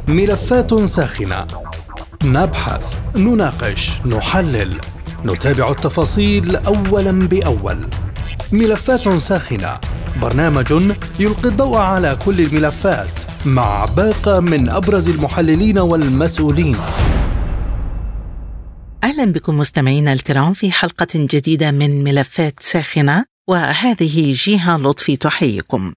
ملفات ساخنة، نبحث، نناقش، نحلل، نتابع التفاصيل أولاً بأول. ملفات ساخنة، برنامج يلقي الضوء على كل الملفات مع باقة من أبرز المحللين والمسؤولين. أهلا بكم مستمعينا الكرام في حلقة جديدة من ملفات ساخنة، وهذه جيهان لطفي تحييكم.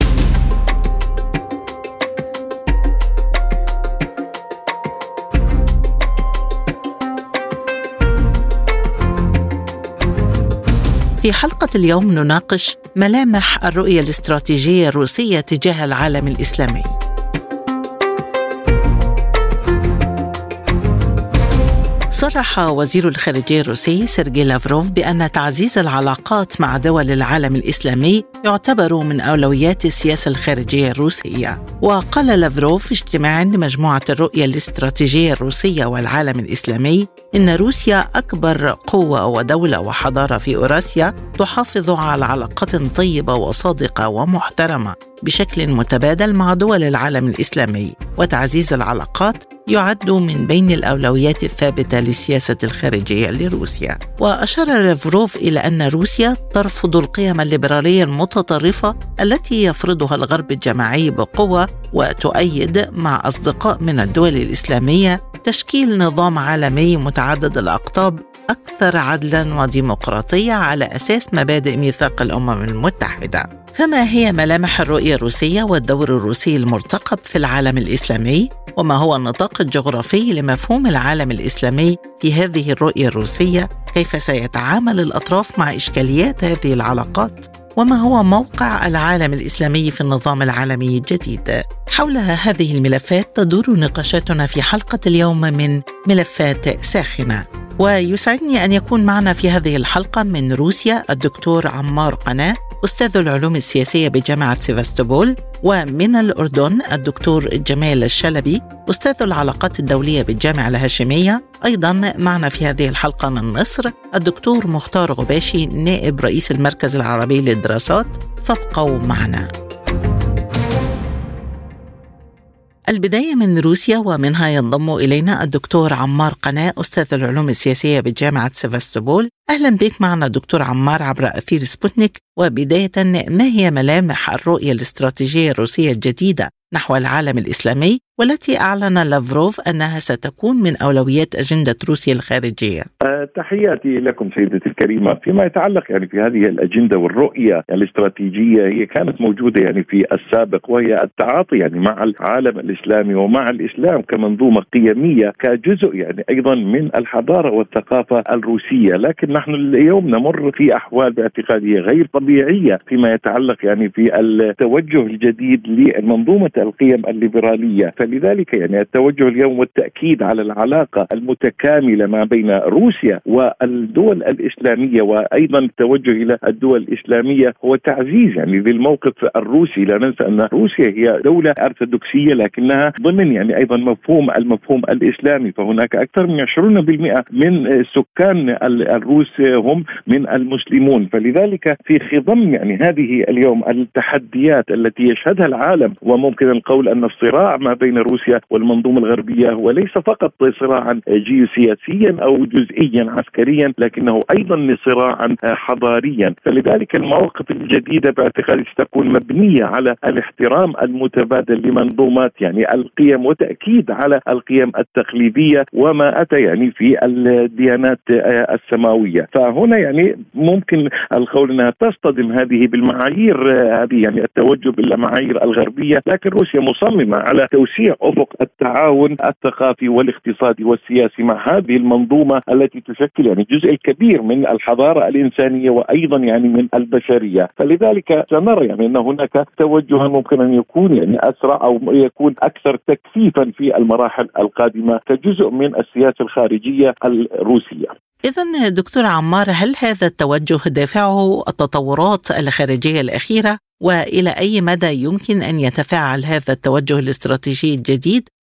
في حلقة اليوم نناقش ملامح الرؤية الاستراتيجية الروسية تجاه العالم الإسلامي. صرح وزير الخارجية الروسي سيرجي لافروف بأن تعزيز العلاقات مع دول العالم الإسلامي يعتبر من أولويات السياسة الخارجية الروسية. وقال لافروف في اجتماع لمجموعة الرؤية الاستراتيجية الروسية والعالم الإسلامي إن روسيا أكبر قوة ودولة وحضارة في أوراسيا تحافظ على علاقات طيبة وصادقة ومحترمة بشكل متبادل مع دول العالم الإسلامي، وتعزيز العلاقات يعد من بين الأولويات الثابتة للسياسة الخارجية لروسيا. وأشار لافروف إلى أن روسيا ترفض القيم الليبرالية المتطرفة التي يفرضها الغرب الجماعي بقوة، وتؤيد مع أصدقاء من الدول الإسلامية تشكيل نظام عالمي متعدد الأقطاب أكثر عدلاً وديمقراطية على أساس مبادئ ميثاق الأمم المتحدة. فما هي ملامح الرؤية الروسية والدور الروسي المرتقب في العالم الإسلامي؟ وما هو النطاق الجغرافي لمفهوم العالم الإسلامي في هذه الرؤية الروسية؟ كيف سيتعامل الأطراف مع إشكاليات هذه العلاقات؟ وما هو موقع العالم الإسلامي في النظام العالمي الجديد؟ حول هذه الملفات تدور نقاشاتنا في حلقة اليوم من ملفات ساخنة. ويسعدني أن يكون معنا في هذه الحلقة من روسيا الدكتور عمار قناة، أستاذ العلوم السياسية بجامعة سيفاستوبول، ومن الأردن الدكتور جمال الشلبي، أستاذ العلاقات الدولية بالجامعة الهاشمية. أيضا معنا في هذه الحلقة من مصر الدكتور مختار غباشي، نائب رئيس المركز العربي للدراسات. فابقوا معنا. البداية من روسيا، ومنها ينضم إلينا الدكتور عمار قناة، أستاذ العلوم السياسية بجامعة سيفاستوبول. أهلا بك معنا دكتور عمار عبر أثير سبوتنيك. وبداية، ما هي ملامح الرؤية الاستراتيجية الروسية الجديدة نحو العالم الإسلامي، والتي أعلن لافروف أنها ستكون من أولويات أجندة روسيا الخارجية؟ تحياتي لكم سيدتي الكريمة. فيما يتعلق في هذه الأجندة والرؤية الاستراتيجية، هي كانت موجودة في السابق، وهي التعاطي مع العالم الإسلامي ومع الإسلام كمنظومة قيمية، كجزء أيضا من الحضارة والثقافة الروسية. لكن نحن اليوم نمر في أحوال باعتقادية غير طبيعية فيما يتعلق في التوجه الجديد لمنظومة القيم الليبرالية. فلذلك التوجه اليوم والتأكيد على العلاقة المتكاملة ما بين روسيا والدول الإسلامية، وأيضا التوجه إلى الدول الإسلامية هو تعزيز للموقف الروسي. لا ننسى أن روسيا هي دولة أرثوذكسية، لكنها ضمن أيضا المفهوم الإسلامي. فهناك أكثر من 20% من سكان الروس هم من المسلمون. فلذلك في خضم هذه اليوم التحديات التي يشهدها العالم، وممكن القول أن الصراع ما بين روسيا والمنظومة الغربية وليس فقط صراعا جيوسياسيا أو جزئيا عسكريا، لكنه أيضا صراعا حضاريا. فلذلك المواقف الجديدة باعتقادي ستكون مبنية على الاحترام المتبادل لمنظومات القيم، وتأكيد على القيم التقليدية وما أتى في الديانات السماوية. فهنا ممكن القول أنها تصطدم هذه بالمعايير، هذه التوجه بالمعايير الغربية، لكن روسيا مصممة على توسيع أفق التعاون الثقافي والاقتصادي والسياسي مع هذه المنظومة التي تشكل جزء الكبير من الحضارة الإنسانية وأيضا من البشرية. فلذلك سنرى أن هناك توجها ممكن أن يكون أسرع أو يكون أكثر تكثيفا في المراحل القادمة كجزء من السياسة الخارجية الروسية. إذن دكتور عمار، هل هذا التوجه دافعه التطورات الخارجية الأخيرة؟ وإلى أي مدى يمكن أن يتفاعل هذا التوجه الاستراتيجي الجديد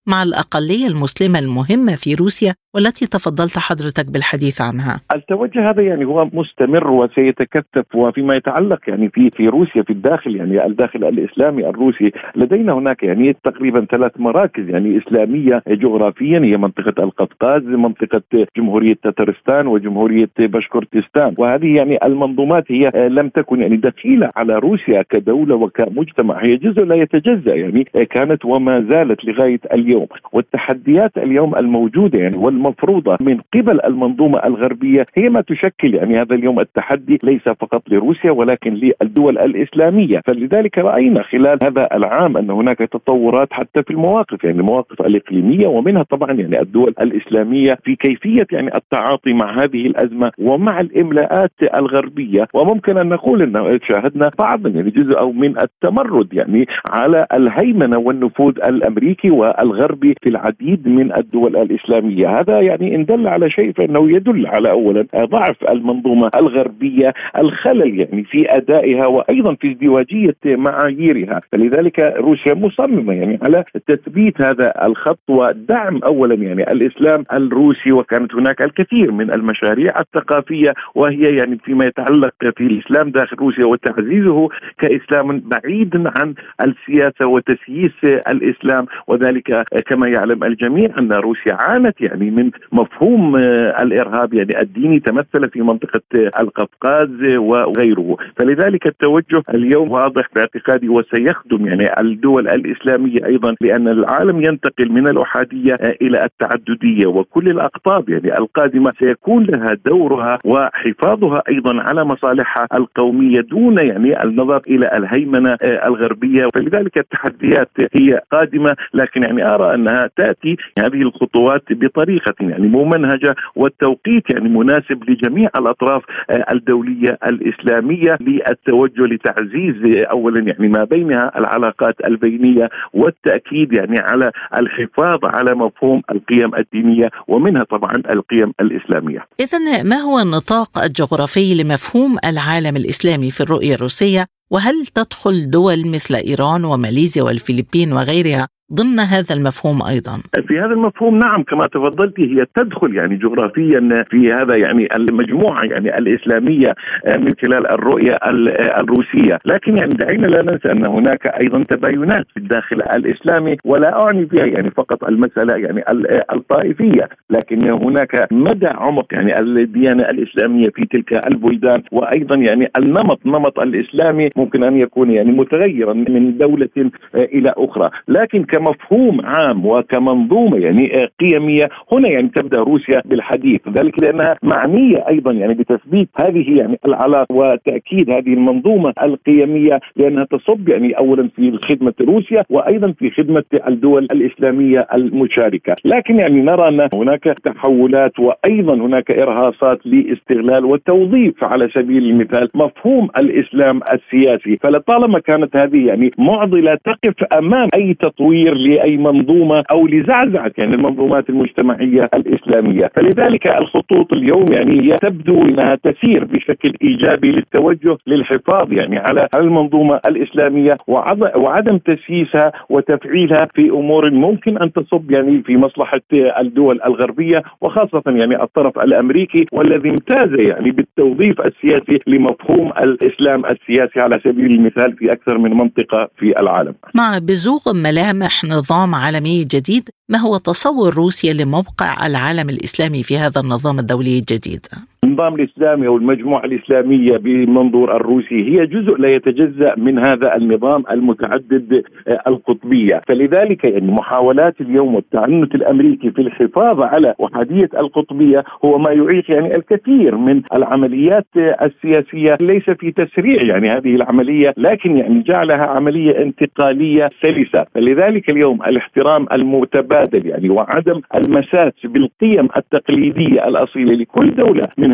مع الأقلية المسلمة المهمة في روسيا والتي تفضلت حضرتك بالحديث عنها؟ التوجه هذا يعني هو مستمر وسيتكثف، وفيما يتعلق يعني في روسيا في الداخل يعني الداخل الإسلامي الروسي لدينا هناك يعني تقريبا 3 مراكز يعني إسلامية جغرافيا، هي منطقة القفقاز، منطقة جمهورية تترستان، وجمهورية باشكورتستان. وهذه يعني المنظومات هي لم تكن يعني دخيلة على روسيا كدولة وكمجتمع، هي جزء لا يتجزأ يعني كانت وما زالت لغاية اليوم. والتحديات اليوم الموجودة يعني والمفروضة من قبل المنظومة الغربية هي ما تشكل يعني هذا اليوم التحدي ليس فقط لروسيا ولكن للدول الإسلامية. فلذلك رأينا خلال هذا العام أن هناك تطورات حتى في المواقف يعني المواقف الإقليمية، ومنها طبعا يعني الدول الإسلامية في كيفية يعني التعاطي مع هذه الأزمة ومع الإملاءات الغربية. وممكن أن نقول أن شاهدنا بعضا يعني جزء أو من التمرد يعني على الهيمنة والنفوذ الأمريكي والغربي في العديد من الدول الإسلامية. هذا يعني إن دل على شيء فإنه يدل على أولا ضعف المنظومة الغربية، الخلل يعني في أدائها وأيضا في ازدواجية معاييرها. فلذلك روسيا مصممة يعني على تثبيت هذا الخط ودعم أولا يعني الإسلام الروسي. وكانت هناك الكثير من المشاريع الثقافية وهي يعني فيما يتعلق في الإسلام داخل روسيا وتعزيزه كإسلام بعيد عن السياسة وتسييس الإسلام. وذلك كما يعلم الجميع أن روسيا عانت يعني من مفهوم الإرهاب يعني الديني تمثل في منطقة القفقاز وغيره. فلذلك التوجه اليوم واضح باعتقادي وسيخدم يعني الدول الإسلامية أيضا، لأن العالم ينتقل من الأحادية إلى التعددية، وكل الأقطاب يعني القادمة سيكون لها دورها وحفاظها أيضا على مصالحها القومية دون يعني النظر إلى الهيمنة الغربية. فلذلك التحديات هي قادمة، لكن يعني أرى أنها تأتي هذه الخطوات بطريقة يعني ممنهجة، والتوقيت يعني مناسب لجميع الأطراف الدولية الإسلامية للتوجه لتعزيز أولا يعني ما بينها العلاقات البينية، والتأكيد يعني على الحفاظ على مفهوم القيم الدينية ومنها طبعا القيم الإسلامية. إذن ما هو النطاق الجغرافي لمفهوم العالم الإسلامي في الرؤية الروسية؟ وهل تدخل دول مثل إيران وماليزيا والفلبين وغيرها ضمن هذا المفهوم أيضا؟ في هذا المفهوم نعم كما تفضلت هي تدخل يعني جغرافيا في هذا يعني المجموعة يعني الإسلامية من خلال الرؤية الروسية. لكن يعني دعينا لا ننسى أن هناك أيضا تباينات في الداخل الإسلامي، ولا أعني بها يعني فقط المسألة يعني الطائفية، لكن هناك مدى عمق يعني الديانة الإسلامية في تلك البلدان، وأيضا يعني النمط الإسلامي ممكن أن يكون يعني متغيرا من دولة إلى أخرى. لكن كمفهوم عام وكمنظومة يعني قيمية هنا يعني تبدأ روسيا بالحديث، ذلك لأنها معنية أيضا يعني بتثبيت هذه يعني العلاقة وتأكيد هذه المنظومة القيمية، لأنها تصب يعني أولا في خدمة روسيا وأيضا في خدمة الدول الإسلامية المشاركة. لكن يعني نرى أن هناك تحولات وأيضا هناك إرهاصات لاستغلال وتوظيف على سبيل المثال مفهوم الإسلام السياسي. فلطالما كانت هذه يعني معضلة تقف أمام أي تطوير لأي منظومة أو لزعزعة يعني المنظومات المجتمعية الإسلامية. فلذلك الخطوط اليوم يعني هي تبدو أنها تسير بشكل إيجابي للتوجه للحفاظ يعني على المنظومة الإسلامية وعدم تسييسها وتفعيلها في أمور ممكن أن تصب يعني في مصلحة الدول الغربية، وخاصة يعني الطرف الأمريكي والذي امتاز يعني بالتوظيف السياسي لمفهوم الإسلام السياسي على سبيل المثال في أكثر من منطقة في العالم. مع بزوغ ملامح نظام عالمي جديد، ما هو تصور روسيا لموقع العالم الإسلامي في هذا النظام الدولي الجديد؟ النظام الإسلامي أو المجموعة الإسلامية بالمنظور الروسي هي جزء لا يتجزأ من هذا النظام المتعدد القطبية. فلذلك يعني محاولات اليوم والتعنت الأمريكي في الحفاظ على أحادية القطبية هو ما يعيق يعني الكثير من العمليات السياسية، ليس في تسريع يعني هذه العملية لكن يعني جعلها عملية انتقالية سلسة. فلذلك اليوم الاحترام المتبادل يعني وعدم المساس بالقيم التقليدية الأصيلة لكل دولة من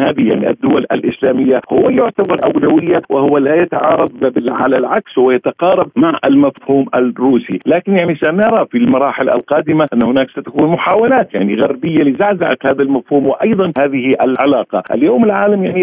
هذه يعني الدول الإسلامية هو يعتبر أولوية، وهو لا يتعارض، على العكس هو يتقارب مع المفهوم الروسي. لكن يعني سنرى في المراحل القادمة أن هناك ستكون محاولات يعني غربية لزعزعة هذا المفهوم وأيضا هذه العلاقة. اليوم العالم يعني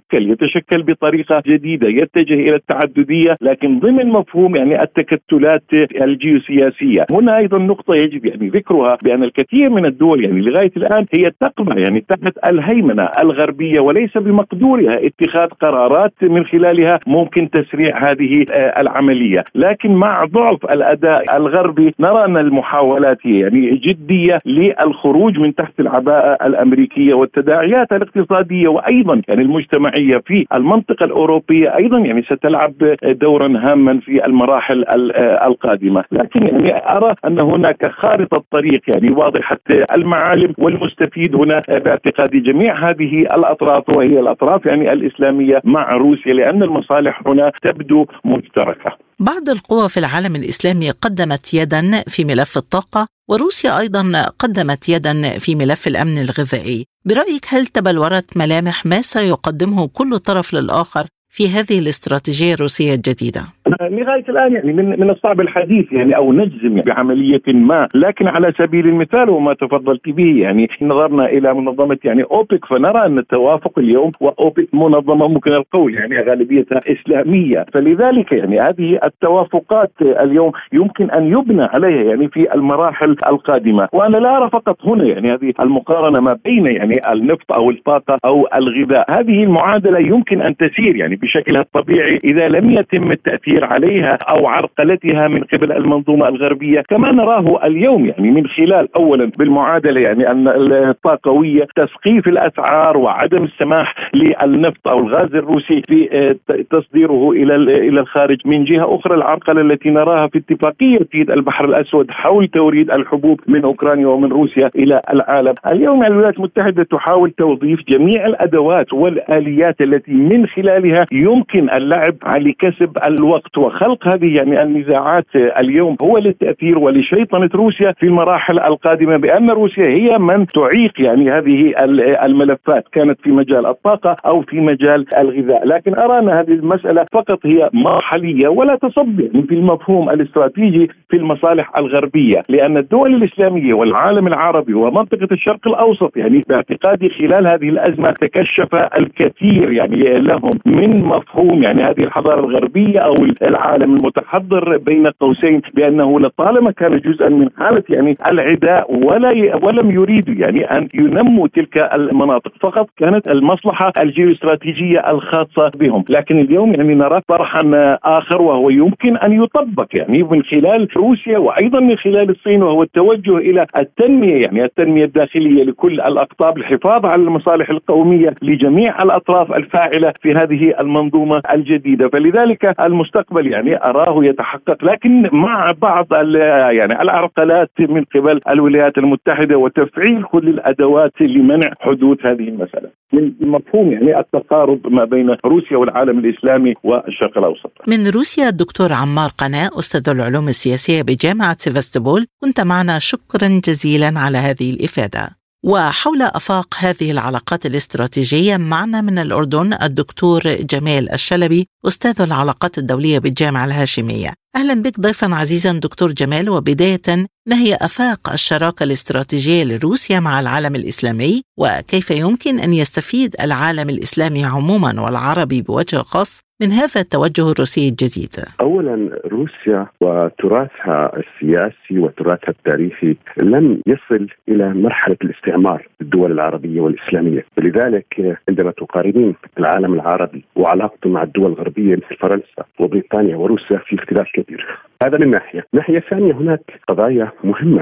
يتشكل بطريقة جديدة، يتجه إلى التعددية لكن ضمن مفهوم يعني التكتلات الجيوسياسية. هنا أيضا نقطة يجب يعني ذكرها، بأن الكثير من الدول يعني لغاية الآن هي تقبع يعني تحت الهيمنة الغربية، وليس بمقدورها اتخاذ قرارات من خلالها ممكن تسريع هذه العملية. لكن مع ضعف الأداء الغربي نرى أن المحاولات يعني جدية للخروج من تحت العباءة الأمريكية، والتداعيات الاقتصادية وأيضا يعني المجتمعية في المنطقة الأوروبية أيضا يعني ستلعب دورا هاما في المراحل القادمة. لكن يعني أرى أن هناك خارطة طريق يعني واضحة المعالم، والمستفيد هنا باعتقاد جميع هذه الأطراف وهي الأطراف يعني الإسلامية مع روسيا، لأن المصالح هنا تبدو مشتركة. بعض القوى في العالم الإسلامي قدمت يدا في ملف الطاقة، وروسيا أيضا قدمت يدا في ملف الأمن الغذائي. برأيك هل تبلورت ملامح ما سيقدمه كل طرف للآخر في هذه الاستراتيجية الروسية الجديدة؟ لغاية الآن يعني من الصعب الحديث يعني أو نجزم بعملية ما، لكن على سبيل المثال وما تفضلت به يعني نظرنا إلى منظمة يعني أوبك، فنرى أن التوافق اليوم، وأوبك منظمة ممكن القول يعني غالبيتها إسلامية، فلذلك يعني هذه التوافقات اليوم يمكن أن يبنى عليها يعني في المراحل القادمة. وأنا لا أرى فقط هنا يعني هذه المقارنة ما بين يعني النفط أو الطاقة أو الغذاء، هذه المعادلة يمكن أن تسير يعني بشكلها الطبيعي إذا لم يتم التأثير عليها أو عرقلتها من قبل المنظومة الغربية، كما نراه اليوم يعني من خلال أولا بالمعادلة يعني أن الطاقوية تسقيف الأسعار وعدم السماح للنفط أو الغاز الروسي في تصديره إلى الخارج. من جهة أخرى العرقلة التي نراها في اتفاقية البحر الأسود حول توريد الحبوب من أوكرانيا ومن روسيا إلى العالم. اليوم الولايات المتحدة تحاول توظيف جميع الأدوات والآليات التي من خلالها يمكن اللعب على كسب الوقت وخلق هذه يعني النزاعات اليوم هو للتأثير ولشيطنة روسيا في المراحل القادمة، بأن روسيا هي من تعيق يعني هذه الملفات، كانت في مجال الطاقة أو في مجال الغذاء. لكن أرى أن هذه المسألة فقط هي مرحلية ولا تصب يعني في المفهوم الاستراتيجي في المصالح الغربية، لأن الدول الإسلامية والعالم العربي ومنطقة الشرق الأوسط يعني باعتقادي خلال هذه الأزمة تكشف الكثير يعني لهم من مفهوم يعني هذه الحضارة الغربية أو العالم المتحضر بين قوسين، بأنه لطالما كان جزءا من حالة يعني العداء ولم يريدوا يعني أن ينموا تلك المناطق، فقط كانت المصلحة الجيوستراتيجية الخاصة بهم. لكن اليوم يعني نرى طرحا آخر وهو يمكن أن يطبق يعني من خلال روسيا وأيضا من خلال الصين، وهو التوجه إلى التنمية يعني التنمية الداخلية لكل الأقطاب، الحفاظ على المصالح القومية لجميع الأطراف الفاعلة في هذه المنظومة الجديدة. فلذلك المستقبل يعني أراه يتحقق، لكن مع بعض يعني العرقلات من قبل الولايات المتحدة وتفعيل كل الأدوات لمنع حدوث هذه المسألة من مفهوم يعني التقارب ما بين روسيا والعالم الإسلامي والشرق الأوسط. من روسيا الدكتور عمار قناة، أستاذ العلوم السياسية بجامعة سيفاستوبول، كنت معنا، شكرا جزيلا على هذه الإفادة. وحول أفاق هذه العلاقات الاستراتيجية معنا من الأردن الدكتور جمال الشلبي، أستاذ العلاقات الدولية بالجامعة الهاشمية. أهلا بك ضيفا عزيزا دكتور جمال. وبداية، ما هي أفاق الشراكة الاستراتيجية لروسيا مع العالم الإسلامي، وكيف يمكن أن يستفيد العالم الإسلامي عموما والعربي بوجه خاص من هذا التوجه الروسي الجديد؟ أولا، روسيا وتراثها السياسي وتراثها التاريخي لم يصل إلى مرحلة الاستعمار الدول العربية والإسلامية، ولذلك عندما تقارنين العالم العربي وعلاقته مع الدول الغربية مثل فرنسا وبريطانيا وروسيا في اختلاف كبير. هذا من ناحية ثانية هناك قضايا مهمة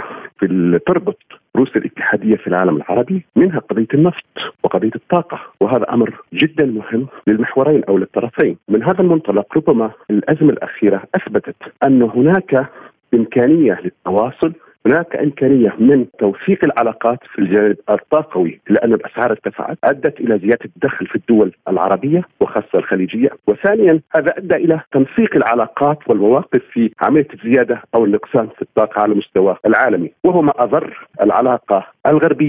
تربط روسيا الاتحادية في العالم العربي، منها قضية النفط وقضية الطاقة، وهذا أمر جدا مهم للمحورين أو للطرفين. من هذا المنطلق ربما الأزمة الأخيرة أثبتت أن هناك إمكانية للتواصل، هناك إمكانية من توثيق العلاقات في الجانب الطاقوي، لأن الأسعار ارتفعت أدت إلى زيادة الدخل في الدول العربية وخاصة الخليجية. وثانيا هذا أدى إلى تنسيق العلاقات والمواقف في عملية الزيادة أو النقصان في الطاقة على المستوى العالمي، وهو ما أضر العلاقة الغربية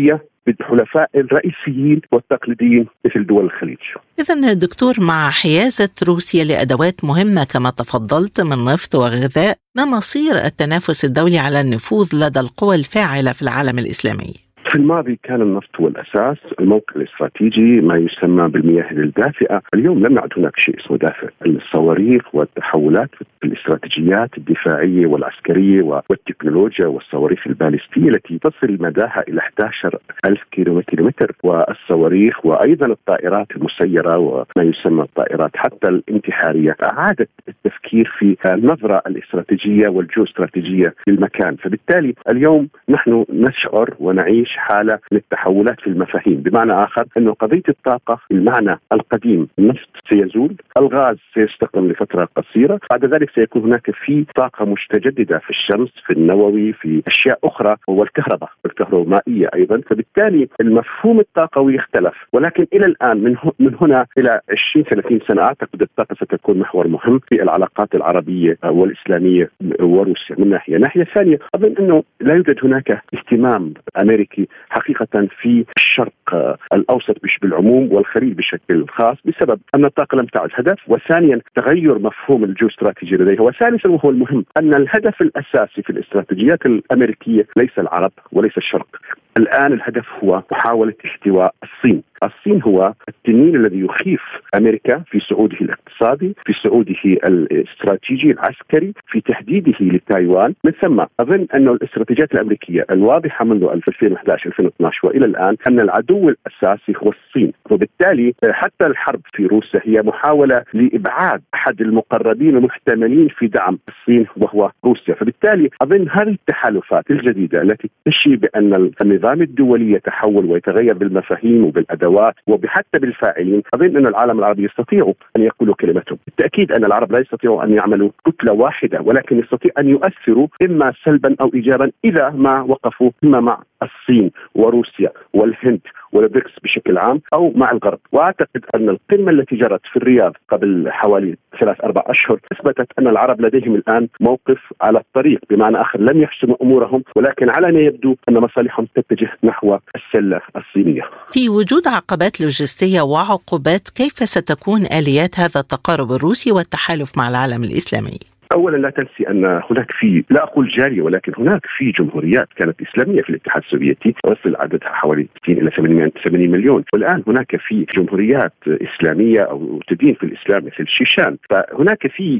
بالحلفاء الرئيسيين والتقليديين مثل دول الخليج. إذن دكتور، مع حيازة روسيا لأدوات مهمة كما تفضلت من نفط وغذاء، ما مصير التنافس الدولي على النفوذ لدى القوى الفاعلة في العالم الإسلامي؟ في الماضي كان النفط هو الأساس، الموقع الاستراتيجي، ما يسمى بالمياه الدافئة. اليوم لم يعد هناك شيء اسمه دافئ. الصواريخ والتحولات في الاستراتيجيات الدفاعية والعسكرية والتكنولوجيا والصواريخ البالستية التي تصل مداها إلى 11,000 كيلومتر، والصواريخ وأيضا الطائرات المسيرة وما يسمى الطائرات حتى الانتحارية، أعادت التفكير في النظرة الاستراتيجية والجيوستراتيجية للمكان. فبالتالي اليوم نحن نشعر ونعيش حالة من التحولات في المفاهيم، بمعنى آخر أنه قضية الطاقة المعنى القديم النفط سيزول، الغاز سيستخدم لفترة قصيرة، بعد ذلك سيكون هناك في طاقة مستجددة في الشمس، في النووي، في أشياء أخرى، والكهرباء الكهرومائية أيضا. فبالتالي المفهوم الطاقوي اختلف، ولكن إلى الآن من هنا إلى 20-30 سنة أعتقد الطاقة ستكون محور مهم في العلاقات العربية والإسلامية وروسيا من ناحية ثانية أظن أنه لا يوجد هناك اهتمام أمريكي حقيقة في الشرق الأوسط بالعموم والخليج بشكل خاص، بسبب أن الطاقة لم تعد هدف، وثانيا تغير مفهوم الجيوستراتيجي لديها، وثالثا وهو المهم أن الهدف الأساسي في الاستراتيجيات الأمريكية ليس العرب وليس الشرق. الآن الهدف هو محاولة احتواء الصين. الصين هو التنين الذي يخيف أمريكا في صعوده الاقتصادي، في صعوده الاستراتيجي العسكري، في تهديده لتايوان. من ثم أظن أن الاستراتيجيات الأمريكية الواضحة منذ 2011-2012 وإلى الآن أن العدو الأساسي هو الصين، وبالتالي حتى الحرب في روسيا هي محاولة لإبعاد أحد المقربين المحتملين في دعم الصين وهو روسيا. فبالتالي أظن هذه التحالفات الجديدة التي تشير بأن النظام الدولي يتحول ويتغير بالمفاهيم وبالأدوات وحتى بالفاعلين، أظن أن العالم العربي يستطيع أن يقولوا كلمتهم. بالتأكيد أن العرب لا يستطيعوا أن يعملوا كتلة واحدة، ولكن يستطيع أن يؤثروا إما سلبا أو إيجابا إذا ما وقفوا إما مع الصين وروسيا والهند والبريكس بشكل عام أو مع الغرب. وأعتقد أن القمة التي جرت في الرياض قبل حوالي 3-4 أشهر أثبتت أن العرب لديهم الآن موقف على الطريق، بمعنى آخر لم يحسموا أمورهم، ولكن على ما يبدو أن مصالحهم تتجه نحو السلة الصينية. في وجود عقبات لوجستية وعقوبات، كيف ستكون آليات هذا التقارب الروسي والتحالف مع العالم الإسلامي؟ أولا لا تنسي أن هناك لا أقول جارية ولكن هناك في جمهوريات كانت إسلامية في الاتحاد السوفيتي وصل عددها حوالي 60 إلى 80 مليون، والآن هناك في جمهوريات إسلامية أو تدين في الإسلام مثل الشيشان. فهناك في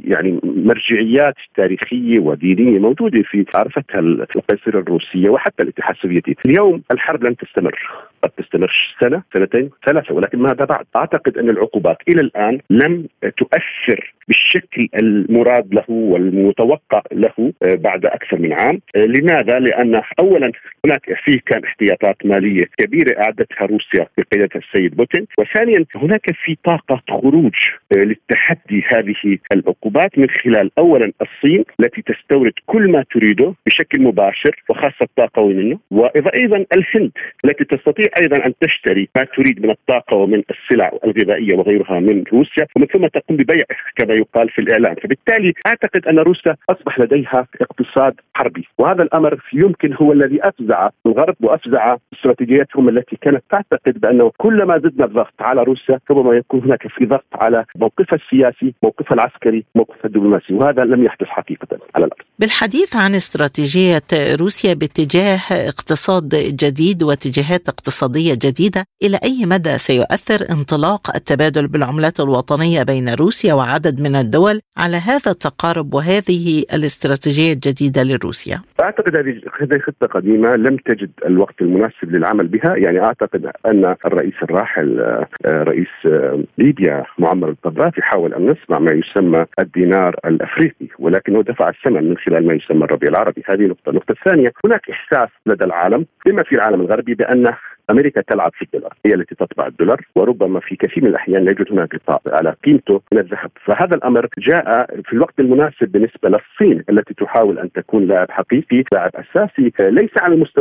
مرجعيات تاريخية ودينية موجودة في عرفتها القيصرية الروسية وحتى الاتحاد السوفيتي. اليوم الحرب لن تستمر، قد تستمر 1 2 3، ولكن ماذا بعد؟ أعتقد أن العقوبات إلى الآن لم تؤثر بالشكل المراد له والمتوقع له بعد أكثر من عام. لماذا؟ لأن أولا هناك كان احتياطات مالية كبيرة أعدتها روسيا بقيادة السيد بوتين، وثانيا هناك في طاقة خروج للتحدي هذه العقوبات من خلال أولا الصين التي تستورد كل ما تريده بشكل مباشر وخاصة الطاقة منه، وأيضا الهند التي تستطيع أيضا أن تشتري ما تريد من الطاقة ومن السلع الغذائية وغيرها من روسيا، ومن ثم تقوم ببيع كما يقال في الإعلام. فبالتالي أعتقد أن روسيا أصبح لديها اقتصاد حربي، وهذا الأمر يمكن هو الذي أفزع الغرب وأفزع استراتيجياتهم التي كانت تعتقد بأنه كلما زدنا الضغط على روسيا ربما يكون هناك في ضغط على موقفها السياسي، موقفها العسكري، موقفها الدبلوماسي، وهذا لم يحدث حقيقة على الأرض. بالحديث عن استراتيجية روسيا باتجاه اقتصاد جديد واتجاهات اقتصادية جديدة، إلى أي مدى سيؤثر انطلاق التبادل بالعملات الوطنية بين روسيا وعدد من الدول على هذا التقارب وهذه الاستراتيجية الجديدة لروسيا؟ أعتقد هذه خطة قديمة لم تجد الوقت المناسب للعمل بها. أعتقد أن الرئيس الراحل رئيس ليبيا معمر القذافي حاول أن يصنع ما يسمى الدينار الأفريقي، ولكنه دفع الثمن من خلال ما يسمى الربيع العربي. هذه نقطة. النقطة الثانية، هناك إحساس لدى العالم بما في العالم الغربي بأن أمريكا تلعب في الدولار، هي التي تطبع الدولار، وربما في كثير من الأحيان لا يوجد هناك غطاء على قيمته من الذهب. فهذا الأمر جاء في الوقت المناسب بالنسبة للصين التي تحاول أن تكون لاعب حقيقي، لاعب أساسي، ليس على مستوى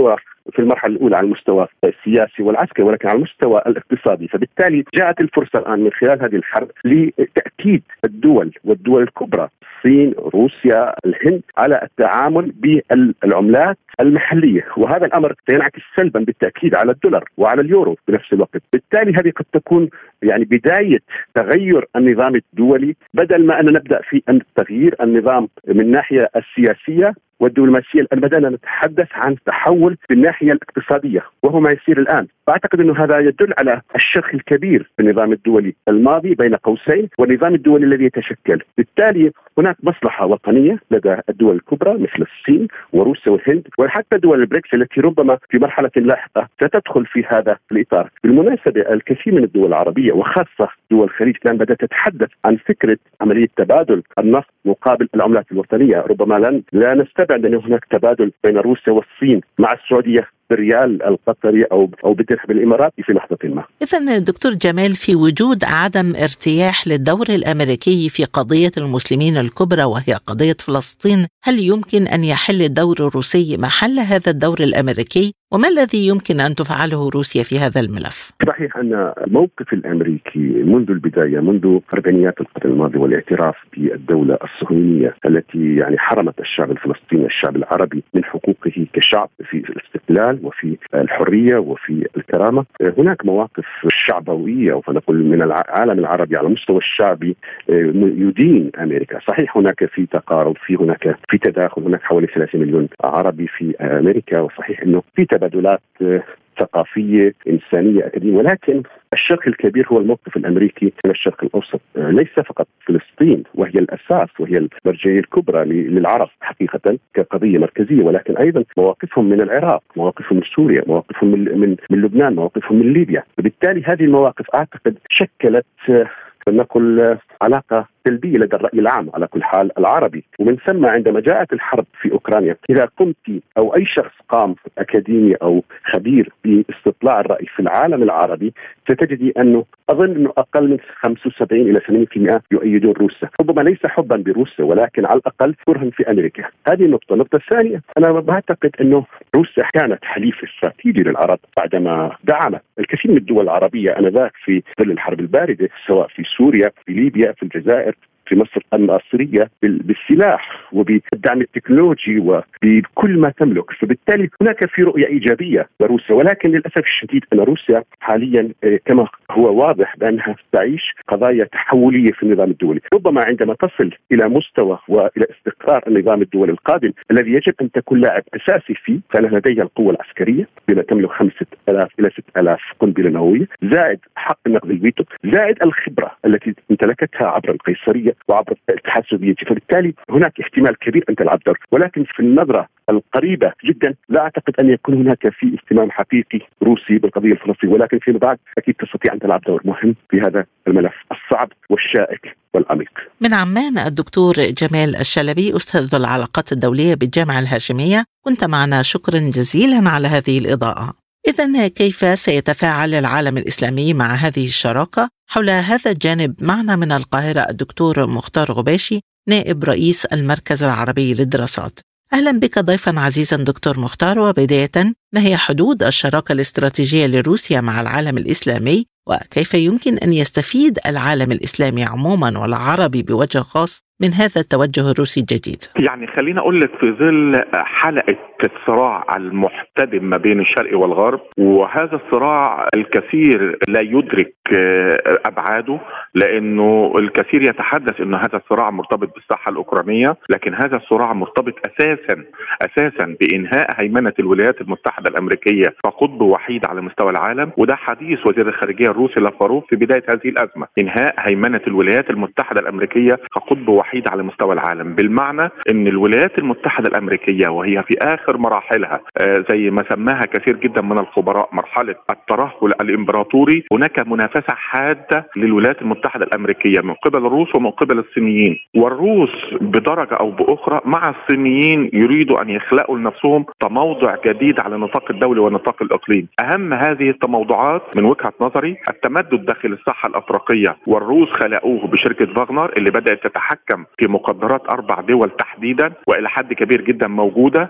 في المرحلة الأولى على المستوى السياسي والعسكري ولكن على المستوى الاقتصادي. فبالتالي جاءت الفرصة الآن من خلال هذه الحرب لتأكيد الدول والدول الكبرى الصين، روسيا، الهند على التعامل بالعملات المحلية، وهذا الأمر سينعكس سلبا بالتأكيد على الدولار وعلى اليورو بنفس الوقت. بالتالي هذه قد تكون يعني بداية تغير النظام الدولي، بدل ما أن نبدأ في تغيير النظام من ناحية السياسية والدبلوماسية، الآن بدأنا نتحدث عن تحول في الناحية الاقتصادية وهو ما يصير الآن. فأعتقد أنه هذا يدل على الشق الكبير في النظام الدولي الماضي بين قوسين والنظام الدولي الذي يتشكل. بالتالي هناك مصلحة وطنية لدى الدول الكبرى مثل الصين وروسيا والهند وحتى دول البريكس التي ربما في مرحلة لاحقة ستدخل في هذا الإطار. بالمناسبة الكثير من الدول العربية وخاصة دول الخليج الآن بدأت تتحدث عن فكرة عملية تبادل النفط مقابل العملات الوطنية. ربما لا نستبعد أن هناك تبادل بين روسيا والصين مع السعودية بالريال القطري أو بالدرهم الإماراتي في لحظة ما. إذن دكتور جمال، في وجود عدم ارتياح للدور الأمريكي في قضية المسلمين الكبرى وهي قضية فلسطين، هل يمكن أن يحل الدور الروسي محل هذا الدور الأمريكي؟ وما الذي يمكن أن تفعله روسيا في هذا الملف؟ صحيح أن الموقف الأمريكي منذ البداية، منذ أربعينيات القرن الماضي والاعتراف بالدولة الصهيونية التي يعني حرمت الشعب الفلسطيني الشعب العربي من حقوقه كشعب في الاستقلال وفي الحرية وفي الكرامة، هناك مواقف شعبوية وفنقول من العالم العربي على المستوى الشعبي يدين أمريكا. صحيح هناك في تقارب، هناك في تداخل، هناك حوالي 3 مليون عربي في أمريكا، وصحيح أنه في تبادلات ثقافية إنسانية أكاديمية، ولكن الشق الكبير هو الموقف الأمريكي من الشرق الأوسط. ليس فقط فلسطين وهي الأساس وهي المرجعية الكبرى للعرب حقيقة كقضية مركزية، ولكن أيضا مواقفهم من العراق، مواقفهم من سوريا، مواقفهم من لبنان، مواقفهم من ليبيا. وبالتالي هذه المواقف أعتقد شكلت نقول علاقة سلبية لدى الرأي العام على كل حال العربي. ومن ثم عندما جاءت الحرب في أوكرانيا، إذا قمت أو أي شخص قام أكاديمي أو خبير باستطلاع الرأي في العالم العربي ستجدي أنه أظن أنه أقل من 75 إلى 80% يؤيدون روسيا، ربما ليس حبا بروسيا ولكن على الأقل كرها في أمريكا. هذه النقطة. النقطة الثانية، أنا بعتقد أنه روسيا كانت حليف استراتيجي للعرب بعدما دعمت الكثير من الدول العربية آنذاك في ظل الحرب الباردة، سواء في سوريا، في ليبيا، في الجزائر، في مصر الناصرية، بالسلاح وبالدعم التكنولوجي وبكل ما تملك. فبالتالي هناك في رؤية إيجابية لروسيا، ولكن للأسف الشديد أن روسيا حاليا كما هو واضح بأنها تعيش قضايا تحولية في النظام الدولي. ربما عندما تصل إلى مستوى وإلى استقرار النظام الدولي القادم الذي يجب أن تكون لاعب أساسي فيه، فإن لديها القوة العسكرية بما تملك 5000 إلى 6000 قنبلة نووية، زائد حق نقض الفيتو، زائد الخبرة التي امتلكتها عبر القيصرية وعبر الاتحاد السوفيتي. فبالتالي هناك احتمال كبير أن تلعب دور، ولكن في النظرة القريبة جدا لا أعتقد أن يكون هناك في اهتمام حقيقي روسي بالقضية الفلسطينية، ولكن فيما بعد أكيد تستطيع أن تلعب دور مهم في هذا الملف الصعب والشائك والعميق. من عمان الدكتور جمال الشلبي، أستاذ العلاقات الدولية بالجامعة الهاشمية، كنت معنا، شكرا جزيلا على هذه الإضاءة. إذن كيف سيتفاعل العالم الإسلامي مع هذه الشراكة؟ حول هذا الجانب معنا من القاهرة الدكتور مختار غباشي، نائب رئيس المركز العربي للدراسات. أهلا بك ضيفا عزيزا دكتور مختار. وبداية، ما هي حدود الشراكة الاستراتيجية لروسيا مع العالم الإسلامي، وكيف يمكن أن يستفيد العالم الإسلامي عموما والعربي بوجه خاص من هذا التوجه الروسي الجديد؟ يعني خلينا أقول لك، في ظل حلقة الصراع المحتدم ما بين الشرق والغرب، وهذا الصراع الكثير لا يدرك أبعاده، لأنه الكثير يتحدث أن هذا الصراع مرتبط بالساحة الأوكرانية، لكن هذا الصراع مرتبط أساسا بإنهاء هيمنة الولايات المتحدة الأمريكية كقطب وحيد على مستوى العالم. وده حديث وزير الخارجية الروسي لافاروف في بداية هذه الأزمة، إنهاء هيمنة الولايات المتحدة الأمريكية كقطب وحيد على مستوى العالم، بالمعنى أن الولايات المتحدة الأمريكية وهي في آخر مراحلها زي ما سماها كثير جدا من الخبراء مرحلة الترهل الإمبراطوري، هناك منافسة حادة للولايات المتحدة الأمريكية من قبل الروس ومن قبل الصينيين. والروس بدرجة أو بأخرى مع الصينيين يريدوا أن يخلقوا لنفسهم تموضع جديد على النطاق الدولي والنطاق الإقليمي. أهم هذه التموضعات من وجهة نظري التمدد داخل الساحة الأفريقية، والروس خلقوه بشركة فاغنر اللي بدأت تتحكم في مقدرات 4 دول تحديدا وإلى حد كبير جدا موجودة،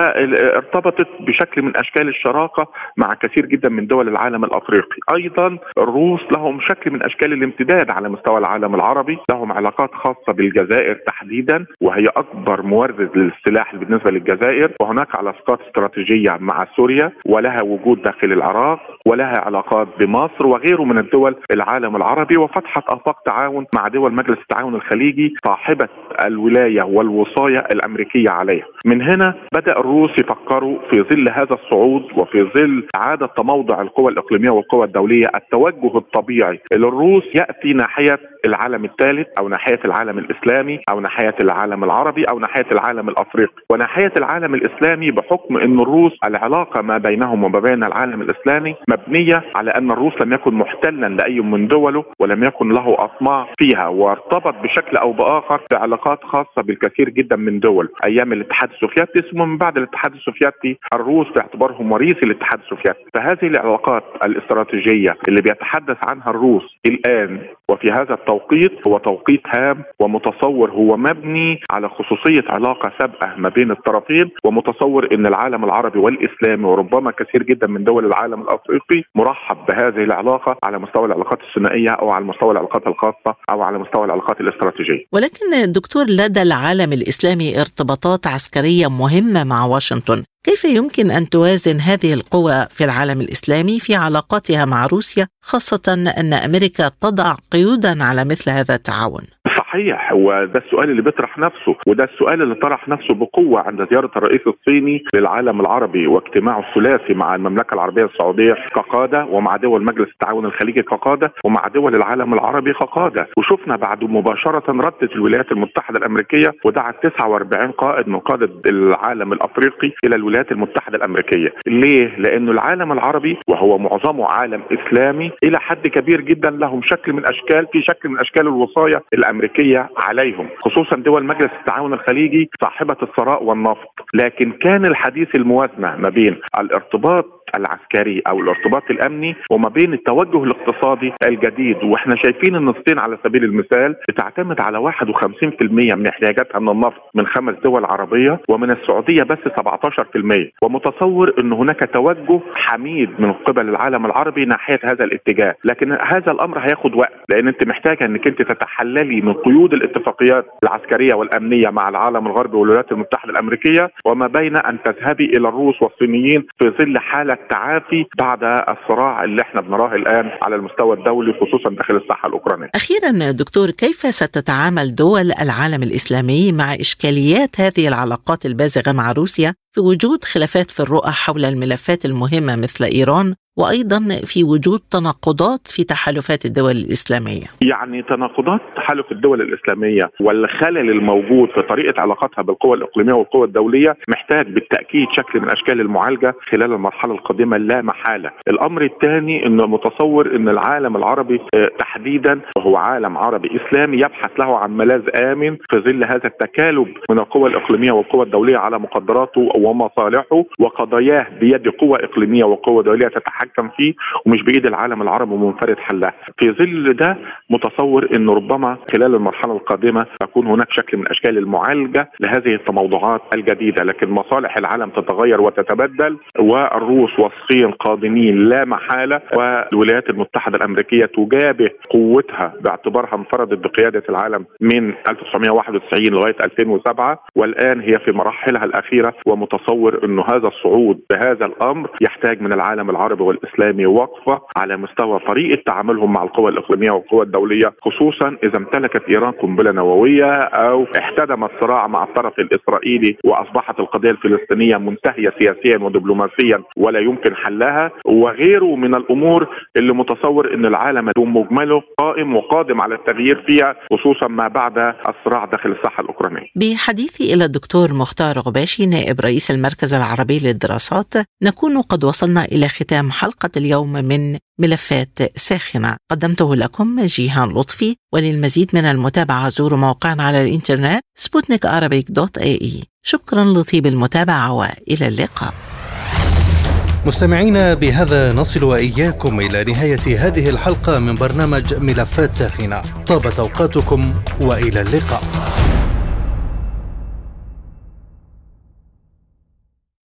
وارتبطت بشكل من أشكال الشراكة مع كثير جدا من دول العالم الأفريقي. أيضا الروس لهم شكل من أشكال الامتداد على مستوى العالم العربي، لهم علاقات خاصة بالجزائر تحديدا وهي أكبر مورد للسلاح بالنسبة للجزائر، وهناك علاقات استراتيجية مع سوريا ولها وجود داخل العراق ولها علاقات بمصر وغيره من الدول العالم العربي، وفتحت آفاق تعاون مع دول مجلس التعاون الخليجي صاحبة الولاية والوصاية الأمريكية عليها. من هنا بدأ الروس يفكروا في ظل هذا الصعود وفي ظل عادة تموضع القوى الإقليمية والقوى الدولية التوجه الطبيعي للروس يأتي ناحية العالم الثالث أو ناحية العالم الإسلامي أو ناحية العالم العربي أو ناحية العالم الأفريقي. وناحية العالم الإسلامي بحكم أن الروس العلاقة ما بينهم وما بين العالم الإسلامي مبنية على أن الروس لم يكن محتلا لأي من دوله ولم يكن له أطماع فيها، وارتبط بشكل أو بآخر بعلاقات خاصة بالكثير جدا من دول أيام الاتحاد السوفيتي، ثم من بعد الاتحاد السوفيتي الروس باعتبارهم وريث الاتحاد السوفيتي. فهذه العلاقات الاستراتيجية اللي بيتحدث عنها الروس الآن وفي هذا التوقيت هو توقيت هام ومتصور، هو مبني على خصوصية علاقة سابقة ما بين الطرفين، ومتصور أن العالم العربي والإسلامي وربما كثير جدا من دول العالم الأفريقي مرحب بهذه العلاقة على مستوى العلاقات الثنائية أو على مستوى العلاقات الخاصة أو على مستوى العلاقات الاستراتيجية. ولكن دكتور، لدى العالم الإسلامي ارتباطات عسكرية مهمة مع واشنطن، كيف يمكن أن توازن هذه القوى في العالم الإسلامي في علاقاتها مع روسيا، خاصة أن أمريكا تضع قيودا على مثل هذا التعاون؟ صحيح، وده السؤال اللي بيطرح نفسه، وده السؤال اللي طرح نفسه بقوة عند زيارة الرئيس الصيني للعالم العربي واجتماعه الثلاثي مع المملكة العربية السعودية كقادة ومع دول مجلس التعاون الخليجي كقادة ومع دول العالم العربي كقادة. وشفنا بعد مباشرة ردت الولايات المتحدة الأمريكية ودعت 49 قائد من قادة العالم الأفريقي إلى الولايات المتحدة الأمريكية. ليه؟ لأنه العالم العربي وهو معظمه عالم إسلامي إلى حد كبير جدا لهم شكل من أشكال الوصاية الأمريكية عليهم، خصوصا دول مجلس التعاون الخليجي صاحبة الثراء والنفط. لكن كان الحديث الموازنة ما بين الارتباط العسكري او الارتباط الامني وما بين التوجه الاقتصادي الجديد. واحنا شايفين ان الصين على سبيل المثال بتعتمد على 51% من احتياجاتها من النفط من 5 دول عربية، ومن السعودية بس 17%. ومتصور ان هناك توجه حميد من قبل العالم العربي ناحية هذا الاتجاه، لكن هذا الامر هياخد وقت، لان انت محتاجة انك انت تتحللي من قيود الاتفاقيات العسكرية والامنية مع العالم الغربي والولايات المتحدة الامريكية، وما بين ان تذهبي الى الروس والصينيين في ظل حالة التعافي بعد الصراع اللي احنا بنراه الآن على المستوى الدولي خصوصا داخل الساحة الأوكرانية. أخيرا دكتور، كيف ستتعامل دول العالم الإسلامي مع إشكاليات هذه العلاقات البازغة مع روسيا في وجود خلافات في الرؤى حول الملفات المهمة مثل إيران، وأيضا في وجود تناقضات في تحالفات الدول الإسلامية؟ يعني تناقضات تحالف الدول الإسلامية والخلل الموجود في طريقة علاقاتها بالقوى الإقليمية والقوى الدولية محتاج بالتأكيد شكل من أشكال المعالجة خلال المرحلة القادمة لا محالة. الأمر الثاني أنه متصور أن العالم العربي تحديدا وهو عالم عربي إسلامي يبحث له عن ملاذ آمن في ظل هذا التكالب من القوى الإقليمية والقوى الدولية على مقدراته ومصالحه وقضاياه بيد قوى إقليمية وقوى دولية تتحكم فيه، ومش بإيد العالم العربي ومنفرد حلها. في ظل ده متصور أنه ربما خلال المرحلة القادمة يكون هناك شكل من أشكال المعالجة لهذه التموضعات الجديدة، لكن مصالح العالم تتغير وتتبدل، والروس والصين قادمين لا محالة، والولايات المتحدة الأمريكية تجابه قوتها باعتبارها انفردت بقيادة العالم من 1991 لغاية 2007، والآن هي في مراحلها الأخيرة. ومتصور أنه هذا الصعود بهذا الأمر يحتاج من العالم العربي والإسلامي وقفة على مستوى طريقة تعاملهم مع القوى الإقليمية والقوى الدولية، خصوصا إذا امتلكت إيران قنبلة نووية أو احتدم الصراع مع الطرف الإسرائيلي وأصبحت القضية الفلسطينية منتهية سياسيا ودبلوماسيا ولا يمكن حلها، وغيره من الأمور اللي متصور أن العالم مجمله قائم وقادم على التغيير فيها، خصوصا ما بعد الصراع داخل الساحة الأوكرانية. بحديثي إلى الدكتور مختار غباشي نائب رئيس المركز العربي للدراسات، نكون قد وصلنا إلى ختام حلقة اليوم من ملفات ساخنة. قدمته لكم جيهان لطفي، وللمزيد من المتابعة زوروا موقعنا على الإنترنت sputnikarabic.ae. شكرا لطيب المتابعة وإلى اللقاء. مستمعينا، بهذا نصل وإياكم إلى نهاية هذه الحلقة من برنامج ملفات ساخنة. طابت أوقاتكم وإلى اللقاء.